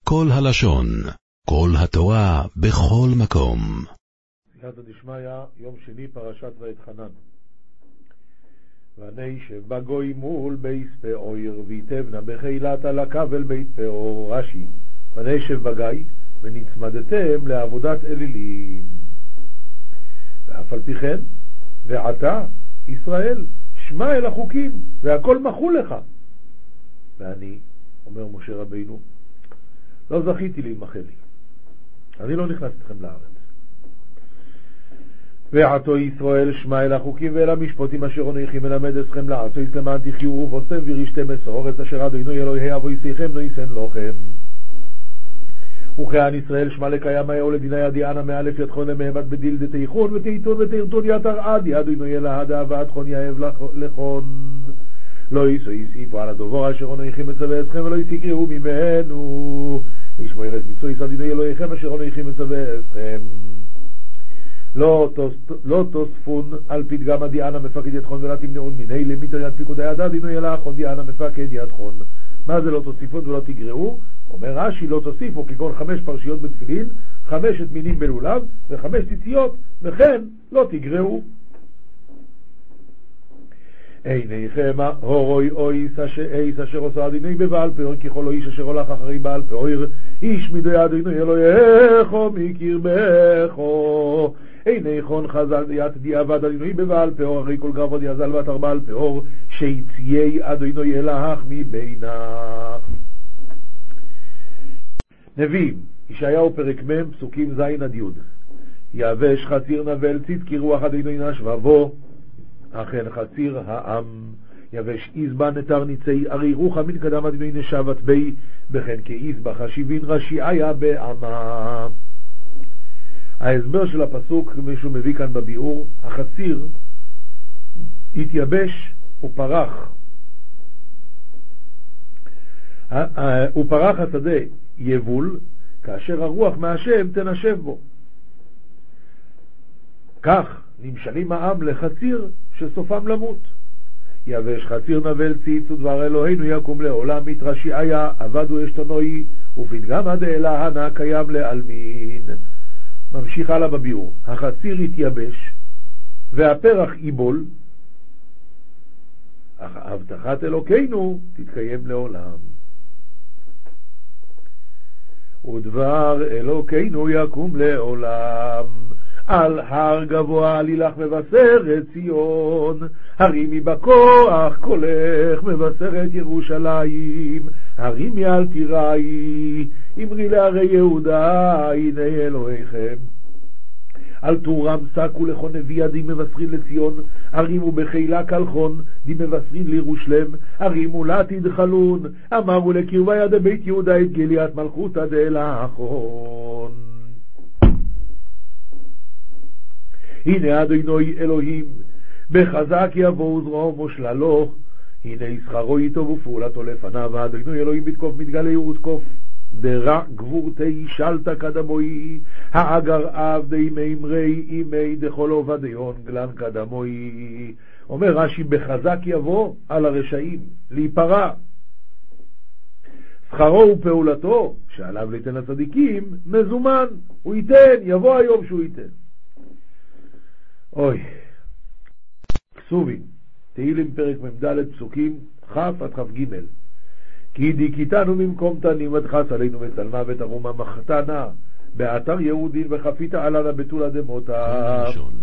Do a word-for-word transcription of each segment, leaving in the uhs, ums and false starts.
כל הלשון, כל התורה, בכל מקום. סייעתא דשמיא, יום שני, פרשת ואתחנן. ונשב בגוי מול בית פאור, ויתבנה בחילת על הכבל בית פאור. רש"י, ונשב בגיא, ונצמדתם לעבודת אלילים. ואף על פי כן, ועתה, ישראל, שמע אל החוקים, והכל מחו לך. ואני, אומר משה רבינו, לא זכיתי להימחה לי. אני לא נכנס אתכם לארץ. ועתו ישראל, שמע אל החוקים ואל המשפטים אשר הוניכי מלמד אתכם לעשו למען תחיו ובוסם וירשתם אסורת אשר אדוני אלוהי אבויסיכם לא יישן לכם. וכען ישראל שמע לקיים היה ולדיני ידיענה מאלף ידכון למהבת בדיל דתיכון ותיתון ותירתון יתר עד ידוני אלהדה ועדכון יאהב לכון. לא יישאו יסיפו על הדובור אשר הוניכי מצווה אתכם ולא יסגרו ממנו לשמוע ארץ מצוי אדוני אלוהיכם אשר הוניכי מצווה אתכם. לא תוספון על פתגם הדיענה מפקד ידכון ולא תמנעון מיני למיתר יד פיקוד הידע דינוי אלאחון דיענה מפקד ידכון. מה זה לא תוסיפון ולא תגרעו? אומר רש"י, לא תוסיפו כגון חמש פרשיות בתפילין, חמשת מינים בלולב וחמש ציציות, וכן לא תגרעו. עיניכם הורוי אויס אשר עושה אדוני בבעל פאור, ככל איש אשר הולך אחרי בעל פאור, איש מידי אדוני אלוהיך מקרבך. עיניכון חזק ית דיעבד אדוני בבעל פאור, הרי כל גרבוד יזל ותר בעל פאור, שיציי אדוני אלך מבינך. נביאים, ישעיהו פרק מ' פסוקים ז' עד י'. יבש חציר נבל ציץ כי רוח אדוני נשבבו, אכן חציר העם. יבש איזבא נתר ניצי ארי רוחה מן קדם אדוני נשבת בי, בכן כאיזבא חשיבין רשיעיה בעמה. ההסבר של הפסוק מישהו מביא כאן בביאור, החציר התייבש ופרח. ופרח השדה יבול, כאשר הרוח מהשם תנשב בו. כך נמשלים העם לחציר שסופם למות. יבש חציר נבל ציץ ודבר אלוהינו יקום לעולם, מתרשיעיה עבדו אשתנוי ופתגם הדאלה הנה קיים לעלמין. ממשיך הלאה בביאור, החציר יתייבש והפרח יבול, אך הבטחת אלוקינו תתקיים לעולם. ודבר אלוקינו יקום לעולם, על הר גבוה לילך מבשרת ציון, הרימי בכוח קולך מבשרת ירושלים, הרימי אל תיראי, אמרי להרי יהודה הנה אלוהיכם. על תורם סקו לכון נביא ידי מבשרים לציון, הרימו בחילה כלכון די מבשרים לירושלם, הרימו לה תדחלון, אמרו לקרבה יד בית יהודה את גליית מלכות עד אל האחרון. הנה אדוני אלוהים בחזק יבוא זרוע מושללו, הנה ישכרו איתו ופעולתו לפניו. אדוני אלוהים בתקוף מתגלה ותקוף, דרע גבורתי שלטה קדמוי, האגר אב די מימרי אימי דכל עובדיון גלן קדמוי. אומר רש"י, בחזק יבוא על הרשעים להיפרע, שכרו ופעולתו שעליו ליתן לצדיקים מזומן, הוא ייתן, יבוא היום שהוא ייתן. אוי, כסובים, תהילים פרק ממדלת פסוקים כ' עד כ"ג. כי דיכיתנו ממקום תנים ודחס עלינו מצלמה ותרומה מחתנה באתר יהודין וחפית עלנה בתולה דמותה.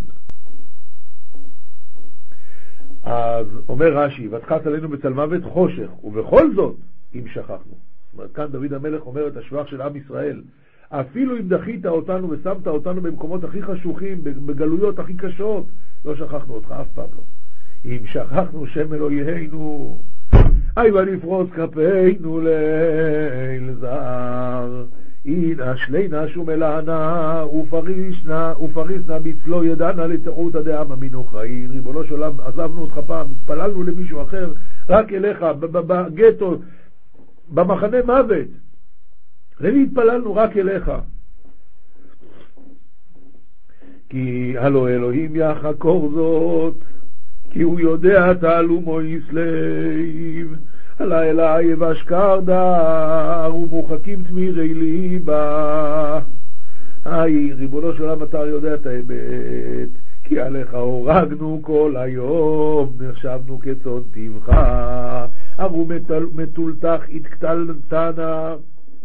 אז אומר רש"י, ודחס עלינו בצלמוות חושך, ובכל זאת אם שכחנו. זאת אומרת, כאן דוד המלך אומר את השבח של עם ישראל, אפילו אם דחית אותנו ושמת אותנו במקומות הכי חשוכים, בגלויות הכי קשות, לא שכחנו אותך אף פעם לא. אם שכחנו שם אלוהינו, אי ונפרוץ כפינו ליל זר, הנה שלינה שום אלענה ופריסנה ופריסנה בצלו ידענה לטעות הדעם אמינו חיים. ריבונו של עולם, עזבנו אותך פעם, התפללנו למישהו אחר, רק אליך, בגטו, במחנה מוות, למי התפללנו? רק אליך. כי הלא אלוהים יחקור זאת, כי הוא יודע תעלומו יסלב. עלה אליי ואשכר דר ומוחקים תמירי ליבה. היי, ריבונו של עולם, אתה יודע את האמת, כי עליך הורגנו כל היום, נחשבנו כצאן טבחה, ארו מטולטח התקטלתנה,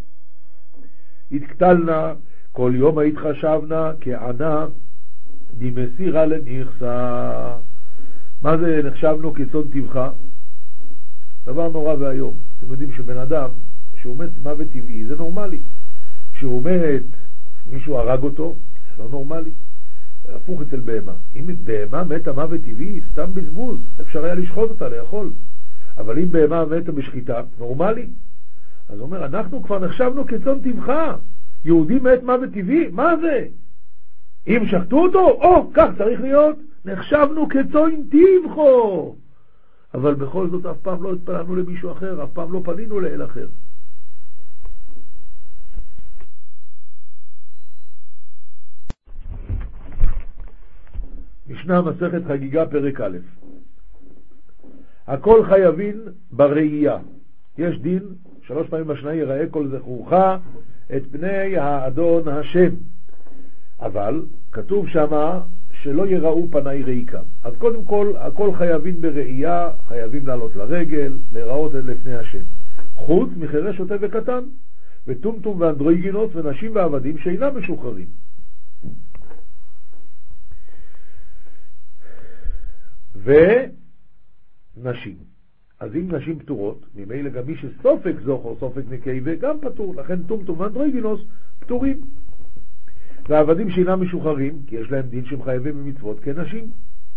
התקטלנה, כל יום התחשבנה כענה, דמסירה לנכסה. מה זה נחשבנו כצאן טבחה? דבר נורא והיום. אתם יודעים שבן אדם שהוא מת מוות טבעי זה נורמלי. שהוא מת, מישהו הרג אותו, זה לא נורמלי. הפוך אצל בהמה. אם בהמה מתה מוות טבעי, סתם בזבוז, אפשר היה לשחוט אותה, לאכול. אבל אם בהמה מתה בשחיטה, נורמלי. אז הוא אומר, אנחנו כבר נחשבנו כצאן טבחה. יהודי מת מוות טבעי, מה זה? אם שחטו אותו, או, כך צריך להיות, נחשבנו כצאן טבחו. אבל בכל זאת אף פעם לא התפללנו למישהו אחר, אף פעם לא פנינו לאל אחר. משנה מסכת חגיגה פרק א'. הכל חייבין בראייה. יש דין, שלוש פעמים בשנה יראה כל זכורך את פני האדון השם. אבל כתוב שמה שלא יראו פני ריקם. אז קודם כל, הכל חייבים בראייה, חייבים לעלות לרגל, לראות את לפני השם. חוץ מחירש שוטה וקטן, וטומטום ואנדרוגינוס ונשים ועבדים שאינם משוחררים. ונשים. אז אם נשים פטורות, ממילא גם מי שסופק זוכר, סופק נקייבה, גם פטור. לכן טומטום ואנדרוגינוס פטורים. והעבדים שאינם משוחררים, כי יש להם דין שהם חייבים במצוות כנשים.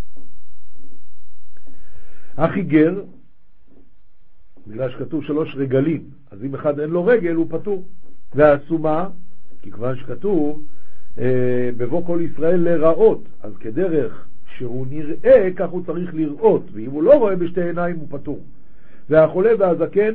החיגר, בגלל שכתוב שלוש רגלים, אז אם אחד אין לו רגל הוא פטור. והסומה, כי כבר שכתוב אה, בבוא כל ישראל לראות, אז כדרך שהוא נראה, כך הוא צריך לראות, ואם הוא לא רואה בשתי עיניים הוא פטור. והחולה והזקן,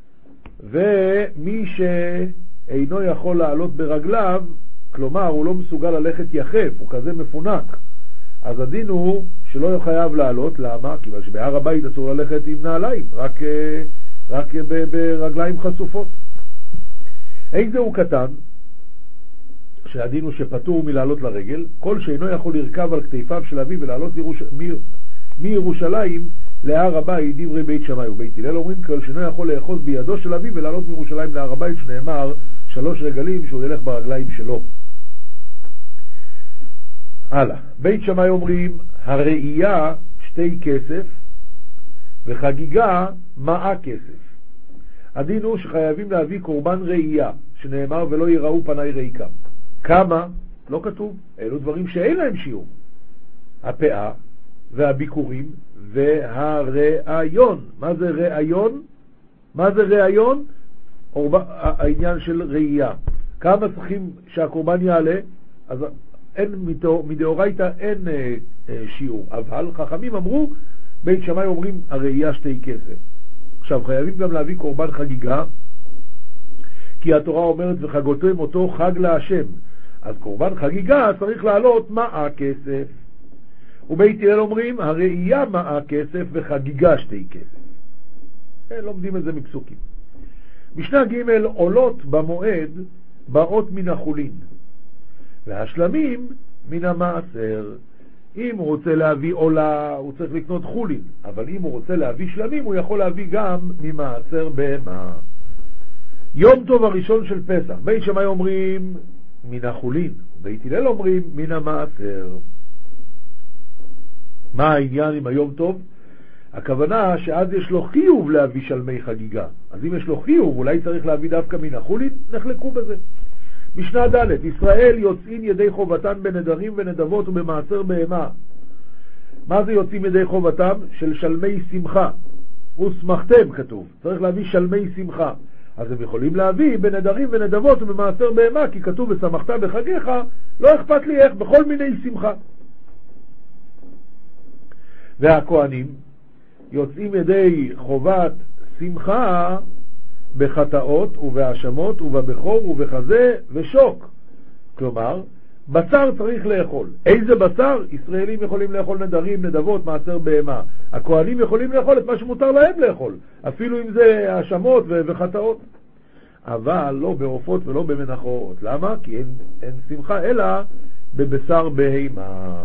ומי שאינו יכול לעלות ברגליו, כלומר הוא לא מסוגל ללכת יחף, הוא כזה מפונק, אז הדין הוא שלא חייב לעלות. למה? כי בהר הבית אסור ללכת עם נעליים, רק, רק ברגליים חשופות. אין זהו קטן, שהדין הוא שפטור מלעלות לרגל, כל שאינו יכול לרכב על כתפיו של אביו ולעלות לירוש... מ... מירושלים להר הבית, דברי בית שמאי ובית הלל אומרים, כל שאינו יכול לאחוז בידו של אביו ולעלות מירושלים להר הבית, שנאמר שלוש רגלים שהוא ילך ברגליים שלו. הלאה. בית שמאי אומרים, הראייה שתי כסף וחגיגה מאה כסף. הדין הוא שחייבים להביא קורבן ראייה, שנאמר ולא יראו פני ריקם. כמה? לא כתוב. אלו דברים שאין להם שיעור. הפאה והביקורים והראיון. מה זה ראיון? מה זה ראיון? העניין של ראייה. כמה צריכים שהקורבן יעלה? אז אין מדאורייתא אין אה, אה, שיעור. אבל חכמים אמרו, בית שמאי אומרים הראייה שתי כסף. עכשיו חייבים גם להביא קורבן חגיגה, כי התורה אומרת וחגותם אותו חג להשם. אז קורבן חגיגה צריך לעלות מאה כסף. ובית הלל אומרים הראייה מאה כסף וחגיגה שתי כסף. כן, לומדים את זה מפסוקים. משנה ג' עולות במועד באות מן החולין והשלמים מן המעשר. אם הוא רוצה להביא עולה הוא צריך לקנות חולין, אבל אם הוא רוצה להביא שלמים הוא יכול להביא גם ממעשר בהמה. יום טוב הראשון של פסח, בית שמאי אומרים מן החולין, בית הלל אומרים מן המעשר. מה העניין עם היום טוב? הכוונה שאז יש לו חיוב להביא שלמי חגיגה, אז אם יש לו חיוב אולי צריך להביא דווקא מן החולין, נחלקו בזה. משנה ד' ישראל יוצאים ידי חובתן בנדרים ונדבות ובמעשר בהמה. מה זה יוצאים ידי חובתם? של שלמי שמחה. ושמחתם כתוב, צריך להביא שלמי שמחה. אז הם יכולים להביא בנדרים ונדבות ובמעשר בהמה, כי כתוב ושמחת בחגיך, לא אכפת לי איך, בכל מיני שמחה. והכהנים יוצאים ידי חובת שמחה בחטאות ובהאשמות ובבכור ובחזה ושוק. כלומר, בשר צריך לאכול. איזה בשר? ישראלים יכולים לאכול נדרים, נדבות, מעשר בהמה. הכהנים יכולים לאכול את מה שמותר להם לאכול, אפילו אם זה האשמות וחטאות. אבל לא בעופות ולא במנחות. למה? כי אין, אין שמחה אלא בבשר בהמה.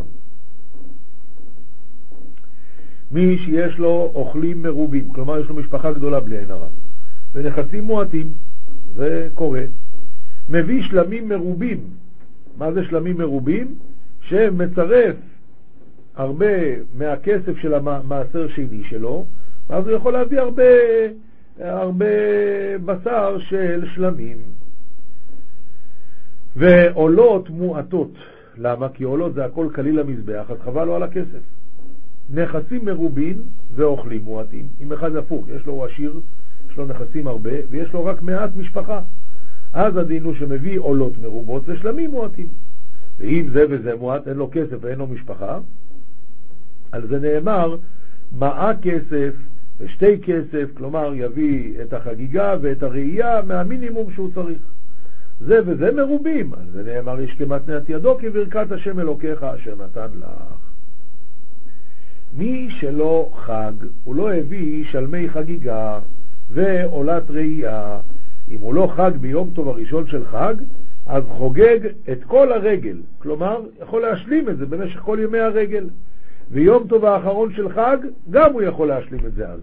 מי שיש לו אוכלים מרובים, כלומר יש לו משפחה גדולה בלי עין הרע, ונכסים מועטים, זה קורה, מביא שלמים מרובים. מה זה שלמים מרובים? שמצרף הרבה מהכסף של המעשר שני שלו, אז הוא יכול להביא הרבה, הרבה בשר של שלמים. ועולות מועטות. למה? כי עולות זה הכל כליל למזבח, אז חבל לו על הכסף. נכסים מרובים ואוכלים מועטים. אם אחד הפוך, יש לו עשיר, יש לו נכסים הרבה, ויש לו רק מעט משפחה. אז הדין הוא שמביא עולות מרובות ושלמים מועטים. ואם זה וזה מועט, אין לו כסף ואין לו משפחה, על זה נאמר, מאה כסף ושתי כסף, כלומר יביא את החגיגה ואת הראייה מהמינימום שהוא צריך. זה וזה מרובים, על זה נאמר, יש כמתנת ידו כברכת השם אלוקיך אשר נתן לך. מי שלא חג, הוא לא הביא שלמי חגיגה ועולת ראייה. אם הוא לא חג ביום טוב הראשון של חג, אז חוגג את כל הרגל, כלומר יכול להשלים את זה במשך כל ימי הרגל, ויום טוב האחרון של חג גם הוא יכול להשלים את זה אז.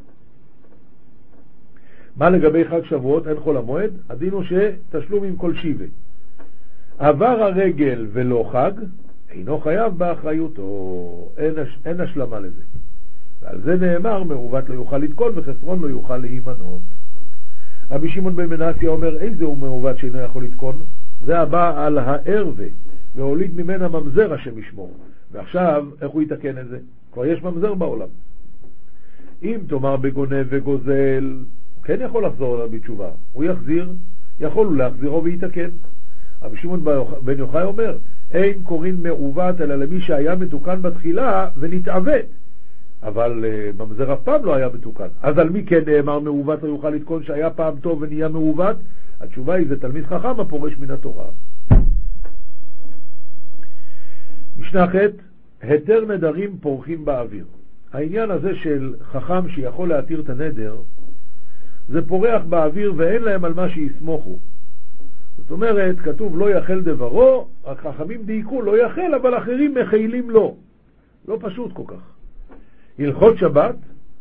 מה לגבי חג שבועות? אין חול המועד, הדין הוא שתשלום עם כל שיבה. עבר הרגל ולא חג, אינו חייב באחריותו, אין, אין השלמה לזה. ועל זה נאמר, מעוות לא יוכל לתקון וחסרון לא יוכל להימנות. רבי שמעון בן מנסיה אומר, איזה הוא מעוות שאינו יכול לתקון? זה הבא על הערווה, והוליד ממנה ממזר השם ישמור. ועכשיו, איך הוא יתקן את זה? כבר יש ממזר בעולם. אם תאמר בגונב וגוזל, כן יכול לחזור עליו בתשובה. הוא יחזיר, יכול הוא להחזירו ויתקן. רבי שמעון בן יוחאי אומר, אין קוראים מעוות אלא למי שהיה מתוקן בתחילה ונתעוות. אבל uh, ממזר אף פעם לא היה מתוקן. אז על מי כן נאמר מעוות לא יוכל לתקון שהיה פעם טוב ונהיה מעוות? התשובה היא, זה תלמיד חכם הפורש מן התורה. משנה ח' היתר נדרים פורחים באוויר. העניין הזה של חכם שיכול להתיר את הנדר, זה פורח באוויר ואין להם על מה שיסמוכו. זאת אומרת, כתוב לא יחל דברו, רק חכמים דייקו לא יחל, אבל אחרים מחיילים לו. לא פשוט כל כך. הלכות שבת,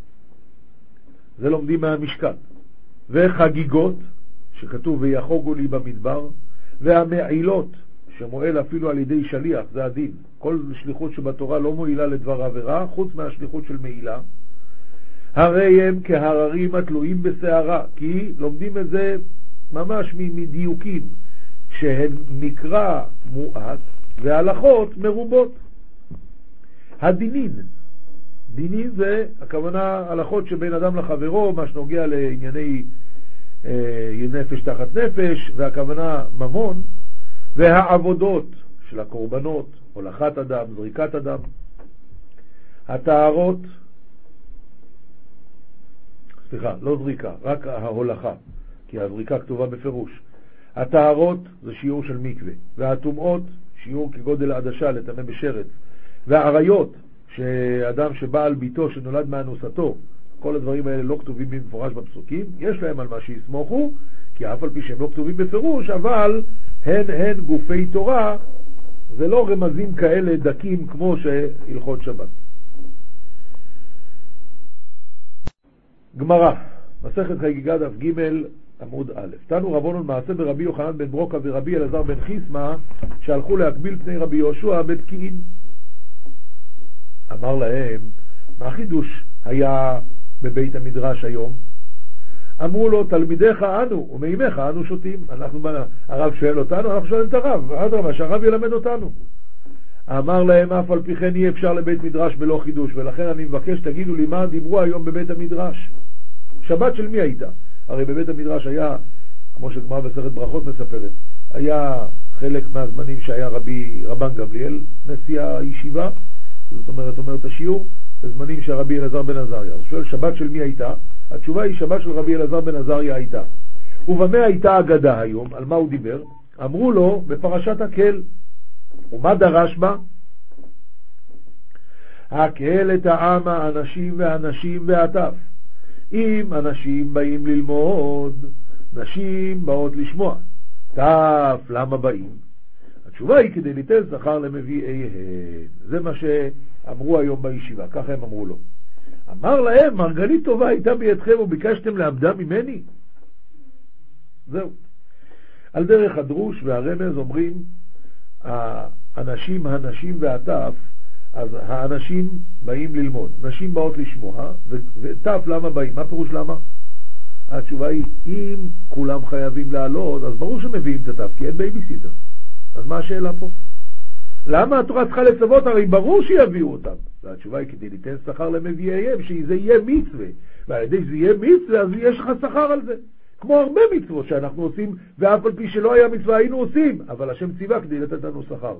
זה לומדים מהמשכן, וחגיגות, שכתוב ויחוגו לי במדבר, והמעילות, שמועל אפילו על ידי שליח, זה הדין. כל שליחות שבתורה לא מועילה לדבר עבירה, חוץ מהשליחות של מעילה. הרי הם כהררים התלויים בסערה, כי לומדים את זה ממש מדיוקים, שהן מקרא מועט, והלכות מרובות. הדינין, דינין זה הכוונה הלכות שבין אדם לחברו, מה שנוגע לענייני אה, נפש תחת נפש, והכוונה ממון, והעבודות של הקורבנות, הולכת אדם, זריקת אדם, התארות, סליחה, לא זריקה, רק ההולכה, כי הזריקה כתובה בפירוש. התארות זה שיעור של מקווה, והטומאות שיעור כגודל העדשה לטמא בשרץ, והעריות שאדם שבא על ביתו שנולד מאנוסתו, כל הדברים האלה לא כתובים במפורש בפסוקים, יש להם על מה שיסמוכו, כי אף על פי שהם לא כתובים בפירוש, אבל הן הן גופי תורה, זה לא רמזים כאלה דקים כמו שהלכות שבת. גמרא, מסכת חגיגה דף ג' עמוד א'. תנו רבונון מעשה ברבי יוחנן בן ברוקה ורבי אלעזר בן חיסמה שהלכו להקביל פני רבי יהושע בפקיעין. אמר להם, מה חידוש היה בבית המדרש היום? אמרו לו, תלמידיך אנו ומימיך אנו שותים. אנחנו, הרב שואל אותנו, אנחנו שואלים את הרב, אדרבה, שהרב ילמד אותנו. אמר להם, אף על פי כן אי אפשר לבית מדרש בלא חידוש, ולכן אני מבקש, תגידו לי מה דיברו היום בבית המדרש. שבת של מי הייתה? הרי בבית המדרש היה, כמו שגמרא בסרט ברכות מספרת, היה חלק מהזמנים שהיה רבי רבן גמליאל, נשיא הישיבה, זאת אומרת, אומרת השיעור, בזמנים שהרבי אלעזר בן עזריה. אז שואל, שבת של מי הייתה? התשובה היא, שבת של רבי אלעזר בן עזריה הייתה. ובמה הייתה אגדה היום? על מה הוא דיבר? אמרו לו, בפרשת הקהל. ומה דרש בה? הקהל את העם האנשים והנשים והטף. אם אנשים באים ללמוד, נשים באות לשמוע. טף, למה באים? התשובה היא כדי ליתן שכר למביאיהם. זה מה שאמרו היום בישיבה, ככה הם אמרו לו. אמר להם, מרגלית טובה הייתה בידכם וביקשתם לעבדה ממני? זהו. על דרך הדרוש והרמז אומרים, האנשים, הנשים והטף, אז האנשים באים ללמוד, נשים באות לשמוע, וטף למה באים? מה פירוש למה? התשובה היא, אם כולם חייבים לעלות, אז ברור שמביאים את הטף, כי אין בייביסיטר. אז מה השאלה פה? למה התורה צריכה לצוות? הרי ברור שיביאו אותם. והתשובה היא כדי ליתן שכר למביאיהם, שזה יהיה מצווה. ועל ידי שזה יהיה מצווה, אז יש לך שכר על זה. כמו הרבה מצוות שאנחנו עושים, ואף על פי שלא היה מצווה היינו עושים, אבל השם ציווה כדי לתת לנו שכר.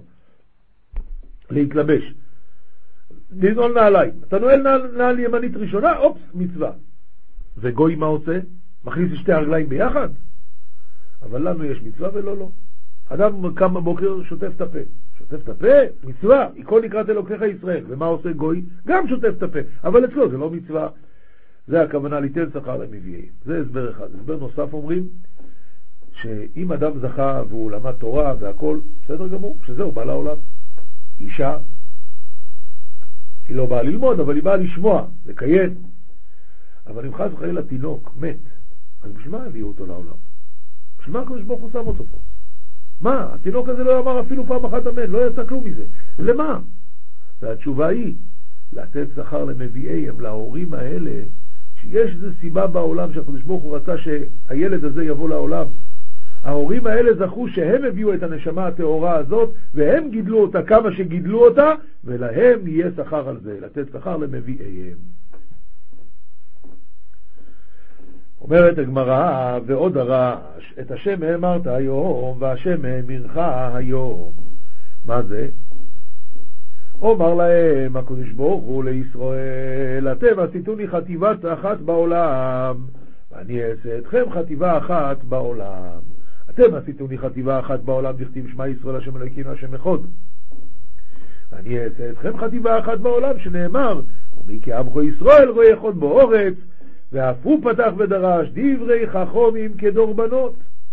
להתלבש. לנעול נעליים. אתה נועל נעל, נעל ימנית ראשונה, אופס, מצווה. וגוי מה עושה? מכניס שתי הרגליים ביחד? אבל לנו יש מצווה ולא לא. אדם קם בבוקר שוטף את הפה. שוטף את הפה, מצווה, כל לקראת אלוקיך ישראל. ומה עושה גוי? גם שוטף את הפה. אבל אצלו זה לא מצווה. זה הכוונה ליתן שכר למביאים. זה הסבר אחד. הסבר נוסף אומרים, שאם אדם זכה והוא למד תורה והכל, בסדר גמור, שזהו, בא לעולם. אישה, היא לא באה ללמוד, אבל היא באה לשמוע, לקיים. אבל אם חס וחלילה תינוק, מת, אז בשביל מה הביאו אותו לעולם? בשביל מה הקדוש ברוך הוא שם אותו פה? מה? התינוק הזה לא אמר אפילו פעם אחת אמן, לא יצא כלום מזה. למה? והתשובה היא, לתת שכר למביאיהם, להורים האלה, שיש איזו סיבה בעולם שהקדוש ברוך הוא רצה שהילד הזה יבוא לעולם. ההורים האלה זכו שהם הביאו את הנשמה הטהורה הזאת, והם גידלו אותה כמה שגידלו אותה, ולהם יהיה שכר על זה, לתת שכר למביאיהם. אומרת הגמרא, ועוד הרעש, את השם אמרת היום, והשם אמירך היום. מה זה? אומר להם הקדוש ברוך הוא לישראל, אתם עשיתוני חטיבת אחת בעולם, ואני אעשה אתכם חטיבה אחת בעולם. אתם עשיתוני חטיבה אחת בעולם, דכתיב שמע ישראל השם אלוהינו השם אחד. ואני אעשה אתכם חטיבה אחת בעולם, שנאמר, ומי כעמך ישראל רואה אחד באורץ, ואף הוא פתח ודרש, דברי חכמים כדורבנות.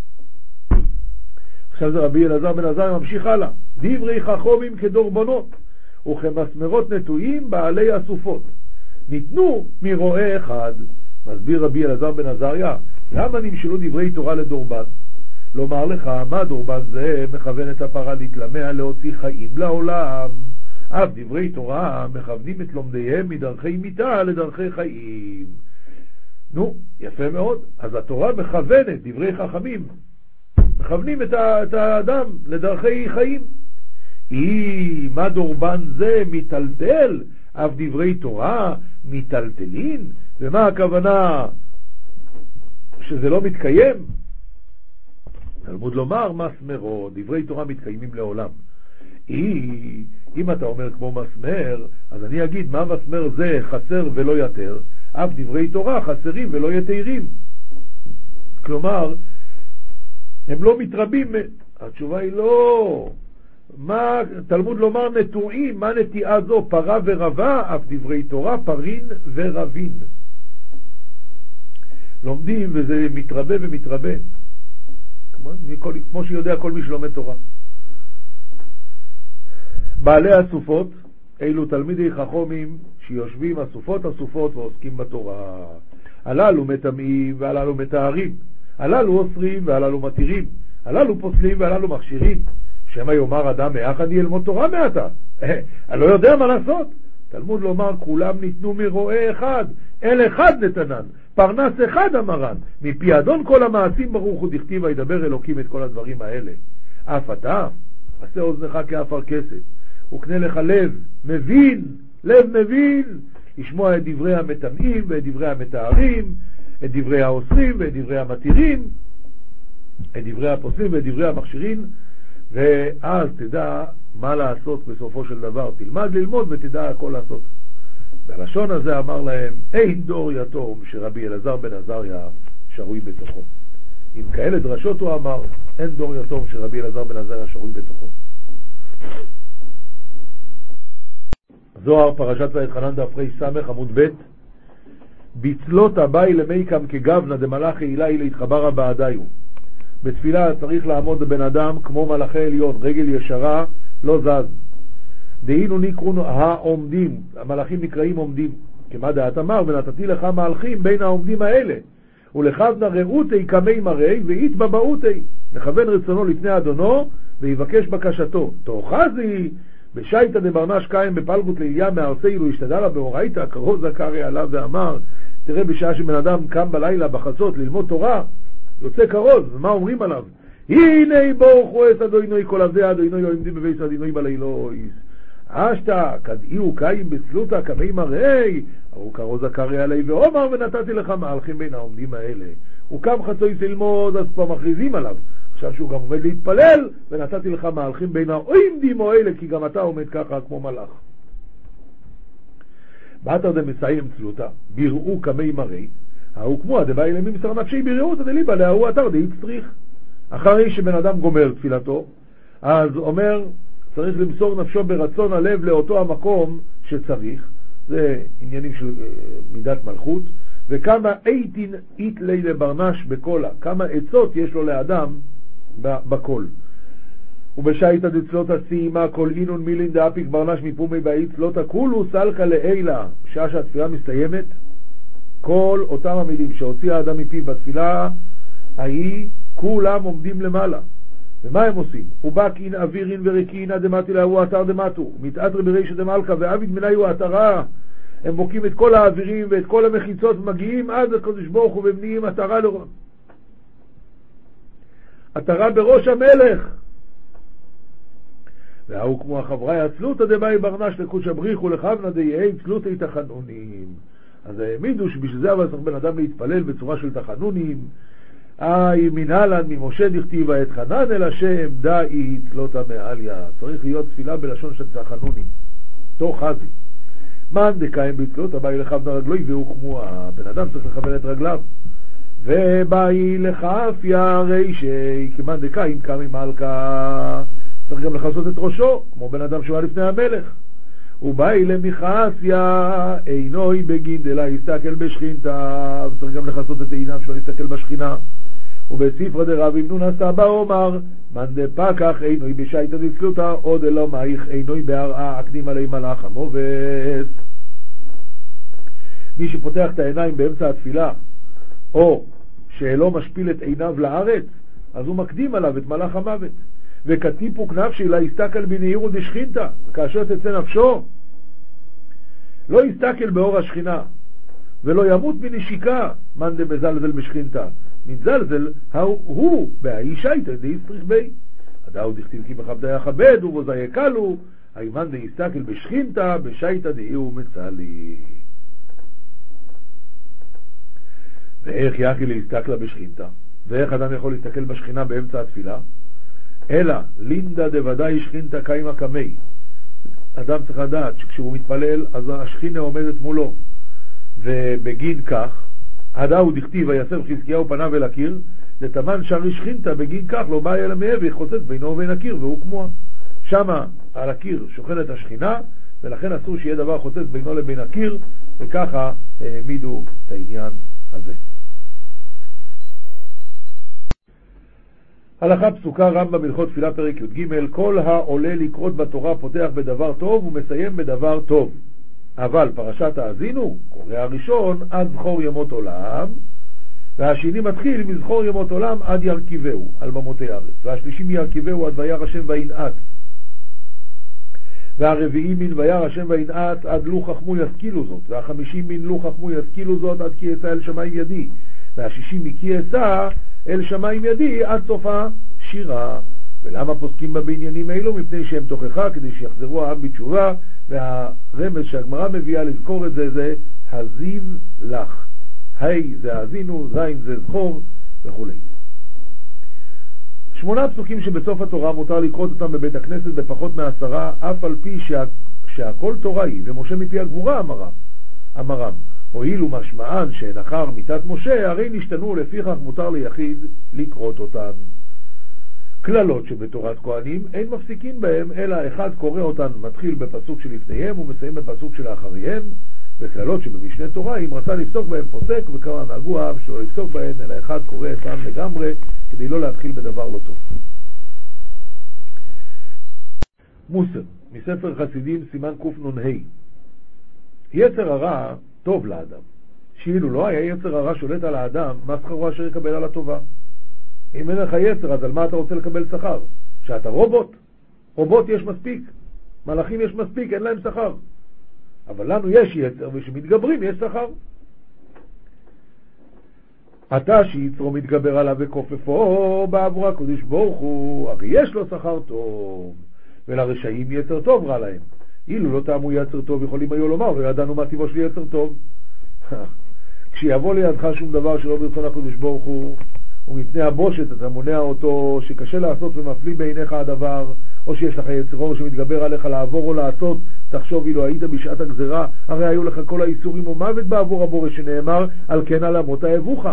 עכשיו זה רבי אלעזר בן עזריה ממשיך הלאה, דברי חכמים כדורבנות, וכמסמרות נטועים בעלי הסופות, ניתנו מרועה אחד. מסביר רבי אלעזר בן עזריה, למה נמשלו דברי תורה לדורבן? לומר לך, מה דורבן זה? מכוון את הפרה להתלמע להוציא חיים לעולם. אף דברי תורה מכוונים את לומדיהם מדרכי מיתה לדרכי חיים. נו, יפה מאוד. אז התורה מכוונת, דברי חכמים, מכוונים את, ה, את האדם לדרכי חיים. היא, מה דורבן זה? מטלטל, אף דברי תורה מטלטלין. ומה הכוונה? שזה לא מתקיים? תלמוד לומר מסמרו, דברי תורה מתקיימים לעולם. היא, אם אתה אומר כמו מסמר, אז אני אגיד מה מסמר זה חסר ולא יתר, אף דברי תורה חסרים ולא יתרים. כלומר, הם לא מתרבים. התשובה היא לא. מה תלמוד לומר נטועים? מה נטיעה זו? פרה ורבה, אף דברי תורה פרין ורבין. לומדים וזה מתרבה ומתרבה. כמו, כמו שיודע כל מי שלומד תורה. בעלי הסופות, אילו תלמידי חכמים שיושבים הסופות הסופות ועוסקים בתורה. הללו מטמאים והללו מתארים, הללו אוסרים והללו מתירים, הללו פוסלים והללו מכשירים. שמא יאמר אדם, מאח אני אלמוד תורה מעתה? אני לא יודע מה לעשות. תלמוד לומר, כולם ניתנו מרועה אחד, אל אחד נתנן, פרנס אחד אמרן, מפי אדון כל המעשים ברוך הוא דכתיב וידבר אלוקים את כל הדברים האלה. אף אתה, עשה אוזנך כאפר כסת, וקנה לך לב מבין, לב מבין, לשמוע את דברי המטמאים ואת דברי המתארים, את דברי האוסרים ואת דברי המתירים, את דברי הפוסלים ואת דברי המכשירים, ואז תדע מה לעשות בסופו של דבר. תלמד ללמוד ותדע הכל לעשות. בלשון הזה אמר להם, אין דור יתום שרבי אלעזר בן עזריה שרוי בתוכו. עם כאלה דרשות הוא אמר, אין דור יתום שרבי אלעזר בן עזריה שרוי בתוכו. זוהר פרשת ואתחנן דף סמך עמוד ב' ביצלות הבאי למייקם כגבנה דמלאך אילאי להתחברה בעדיו. בתפילה צריך לעמוד בן אדם כמו מלאכי עליון, רגל ישרה, לא זז. דהינו נקרון העומדים, המלאכים נקראים עומדים. כמה דעת אמר, ונתתי לך מהלכים בין העומדים האלה. ולכוונה ראותי כמי מראי והתבבאותי. מכוון רצונו לפני אדונו ויבקש בקשתו. תאחזי בשייטה דברנש קיים בפלגות ליליה מארצנו השתדל לה באורייתא קרוב זכרי עליו ואמר, תראה בשעה שבן אדם קם בלילה בחצות ללמוד תורה, יוצא קרוז, מה אומרים עליו? הנה בורכו את אדוינוי כל עבדי אדוינוי עומדים בבית אדוינוי בלילויס. אשתא כדאיהו קיים בצלותא כמי מראי, הוא קרוז זכרי עלי ואומר ונתתי לך מהלכים בין העומדים האלה. הוא קם חצויס ללמוד, אז כבר מכריזים עליו. עכשיו שהוא גם עומד להתפלל, ונתתי לך מהלכים בין העומדים האלה, כי גם אתה עומד ככה כמו מלאך. באתר דמסיים צלותא, ביראו כמי מראי, ההוא כמו הדבאי למי מסר נפשי ביראו תדליבה להוא אתר די צריך. אחרי שבן אדם גומר תפילתו, אז אומר, צריך למסור נפשו ברצון הלב לאותו המקום שצריך, זה עניינים של מידת מלכות, וכמה איתין אית לי לברנש בקולה, כמה עצות יש לו לאדם בקול. ובשייטה דצלותא סיימה כל אינון מילין דאפיק ברנש מפומי באית צלותא כולו סלקה לאילה, שעה שהתפילה מסתיימת, כל אותם המילים שהוציא האדם מפיו בתפילה ההיא, כולם עומדים למעלה. ומה הם עושים? ובקין אווירין וריקין דמתי להוא אתר דמתו, מתאתר ברישא דמלכה ועביד מניו אתרה. הם בוקים את כל האווירים ואת כל המחיצות ומגיעים עד הקדוש ברוך הוא ובניים אתרה לראש. אתרה בראש המלך. והוא כמו החברי הצלותא דבאי ברנש לקודש הבריחו לכוונה דהי צלותא תחנונים. אז העמידו שבשביל זה אבל צריך בן אדם להתפלל בצורה של תחנונים. אי מנהלן ממשה דכתיב ואתחנן אל השם דאי צלותא מעליה. צריך להיות תפילה בלשון של תחנונים. תוך חזי. מן דקיים בצלותא באי לכוונה רגלוי והוא כמו הבן אדם צריך לכוון את רגליו. ובאי לכפיה רישי כמן דקיים קמי מלכה. צריך גם לחסות את ראשו כמו בן אדם שהוא לפני המלך. ובאי למיכסיה אינוי בגין דלה יסתכל בשכינתה, וצריך גם לחסות את עיניו שלא יסתכל בשכינה. ובספרא דרב אמנון סבא אומר מן דפקח אינוי בשייטה דצלותא או דלא מאיך אינוי בהרעה אקדים עלי מלאך המובס. מי שפותח את העיניים באמצע התפילה או שלא משפיל את עיניו לארץ, אז הוא מקדים עליו את מלאך המוות. וכתיפוק נפשי לה יסתכל בנהירו דשכינתה, כאשר תצא נפשו לא יסתכל באור השכינה ולא ימות מנשיקה. מן דמזלזל בשכינתה מתזלזל הוא בהאישייתא דיסטריך בי הדאו דכתיב כי בכבדה יכבד ובוזה יקלו אי מן דיסתכל בשכינתה בשייתא דהיהו מצלי. ואיך יכי להסתכל בשכינתה, ואיך אדם יכול להסתכל בשכינה באמצע התפילה? אלא לינדה דוודאי שכינתה קיימה קמי. אדם צריך לדעת שכשהוא מתפלל אז השכינה עומדת מולו, ובגין כך הדאו דכתיב ויסב חזקיהו פניו אל הקיר לתמן שרי שכינתה, בגין כך לא בא אלא מעבר חוצץ בינו ובין הקיר והוא כמוה. שמה על הקיר שוכנת השכינה, ולכן אסור שיהיה דבר חוצץ בינו לבין הקיר, וככה העמידו את העניין הזה. הלכה פסוקה רמב"ם בהלכות תפילה פרק י"ג, כל העולה לקרות בתורה פותח בדבר טוב ומסיים בדבר טוב. אבל פרשת האזינו, קורא הראשון עד זכור ימות עולם, והשני מתחיל מזכור ימות עולם עד ירכיבהו על במותי הארץ, והשלישי מירכיבהו עד וירא השם וינעץ, והרביעי מן וירא השם וינעץ עד לו חכמו ישכילו זאת, והחמישי מן לו חכמו ישכילו זאת עד כי אשא אל שמיים ידי, והשישי מכי אשא אל שמיים ידי עד סוף השירה. ולמה פוסקים בה בעניינים אלו? מפני שהם תוכחה כדי שיחזרו העם בתשובה, והרמז שהגמרא מביאה לזכור את זה זה הזיב לך. היי זה האזינו, זין זה זכור וכו'. שמונה פסוקים שבסוף התורה מותר לקרות אותם בבית הכנסת בפחות מעשרה, אף על פי שה... שהכל תורה היא ומשה מפי הגבורה אמרם. אמרם הואילו משמען שהן אחר מיתת משה, הרי נשתנו לפיכך מותר ליחיד לקרות אותן. כללות שבתורת כהנים אין מפסיקים בהם, אלא אחד קורא אותן מתחיל בפסוק שלפניהם ומסיים בפסוק שלאחריהם, וכללות שבמשנה תורה אם רצה לפסוק בהם פוסק, וכמה נהגו העם שלא לפסוק בהם, אלא אחד קורא אותן לגמרי כדי לא להתחיל בדבר לא טוב. מוסר, מספר חסידים סימן קנ"ה. יצר הרע טוב לאדם, שאילו לא היה יצר הרע שולט על האדם, מה שכרו אשר יקבל על הטובה? אם אין לך יצר, אז על מה אתה רוצה לקבל שכר? שאתה רובוט? רובוט יש מספיק, מלאכים יש מספיק, אין להם שכר. אבל לנו יש יצר, ושמתגברים יש שכר. אתה שיצרו מתגבר עליו וכופפו בעבור הקדוש ברוך הוא, הרי יש לו שכר טוב, ולרשעים יצר טוב רע להם. אילו לא טעמו יצר טוב, יכולים היו לומר, וידענו מה טיבו שלי יצר טוב. כשיבוא לידך שום דבר שלא ברצון הקדוש ברוך הוא, ומפני הבושת אתה מונע אותו, שקשה לעשות ומפליא בעיניך הדבר, או שיש לך יצר אור שמתגבר עליך לעבור או לעשות, תחשוב אילו היית בשעת הגזרה, הרי היו לך כל האיסורים ומוות בעבור הבורא שנאמר, על כן על אמות האבוך.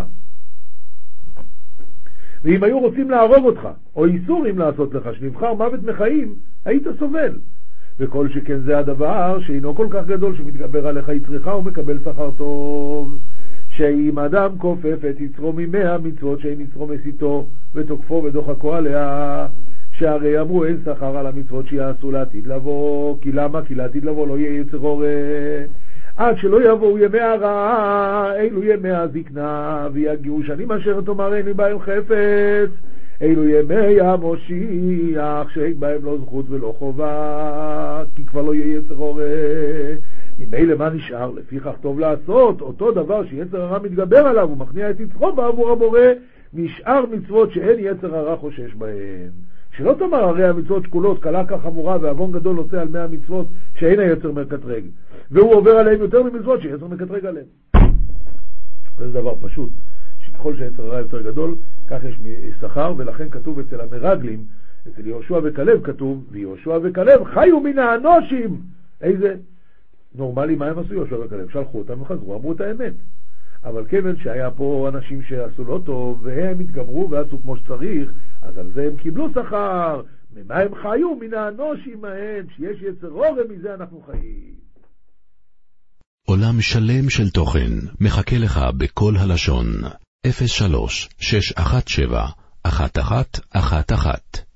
ואם היו רוצים להרוג אותך, או איסורים לעשות לך, שנבחר מוות מחיים, היית סובל. וכל שכן זה הדבר שאינו כל כך גדול שמתגבר עליך יצרך ומקבל שכר טוב. שאם אדם כופף את יצרו ממאה מצוות שאין יצרו מסיתו ותוקפו ודוחקו עליה, שהרי אמרו אין שכר על המצוות שיעשו לעתיד לבוא. כי למה? כי לעתיד לבוא לא יהיה יצר אור, עד שלא יבואו ימי הרעה, אילו ימי הזקנה, ויגיעו שנים אשר תאמר אין לי בהם חפץ, אילו ימי המושיח שאין בהם לא זכות ולא חובה, כי כבר לא יהיה יצר אור. ממילא מה נשאר? לפיכך טוב לעשות אותו דבר שיצר הרע מתגבר עליו ומכניע את יצרו בעבור הבורא, נשאר מצוות שאין יצר הרע חושש בהן. שלא תאמר הרי המצוות שקולות קלה כך חמורה ועוון גדול נושא על מאה מצוות שאין היצר מקטרג, והוא עובר עליהם יותר ממצוות שיצר מקטרג עליהם. זה דבר פשוט, שככל שהיצר הרע יותר גדול כך יש שכר, ולכן כתוב אצל המרגלים, אצל יהושע וכלב כתוב, ויהושע וכלב חיו מן האנושים. איזה נורמלי, מה הם עשו יהושע וכלב? שלחו אותם וחזרו, אמרו את האמת. אבל כיוון שהיה פה אנשים שעשו לא טוב והם התגברו ועשו כמו שצריך, אז על זה הם קיבלו שכר. ממה הם חיו? מן האנושים ההם, שיש יצר אור, מזה אנחנו חיים. עולם שלם של תוכן מחכה לך בכל הלשון. אפס שלוש שש אחת שבע אחת אחת אחת אחת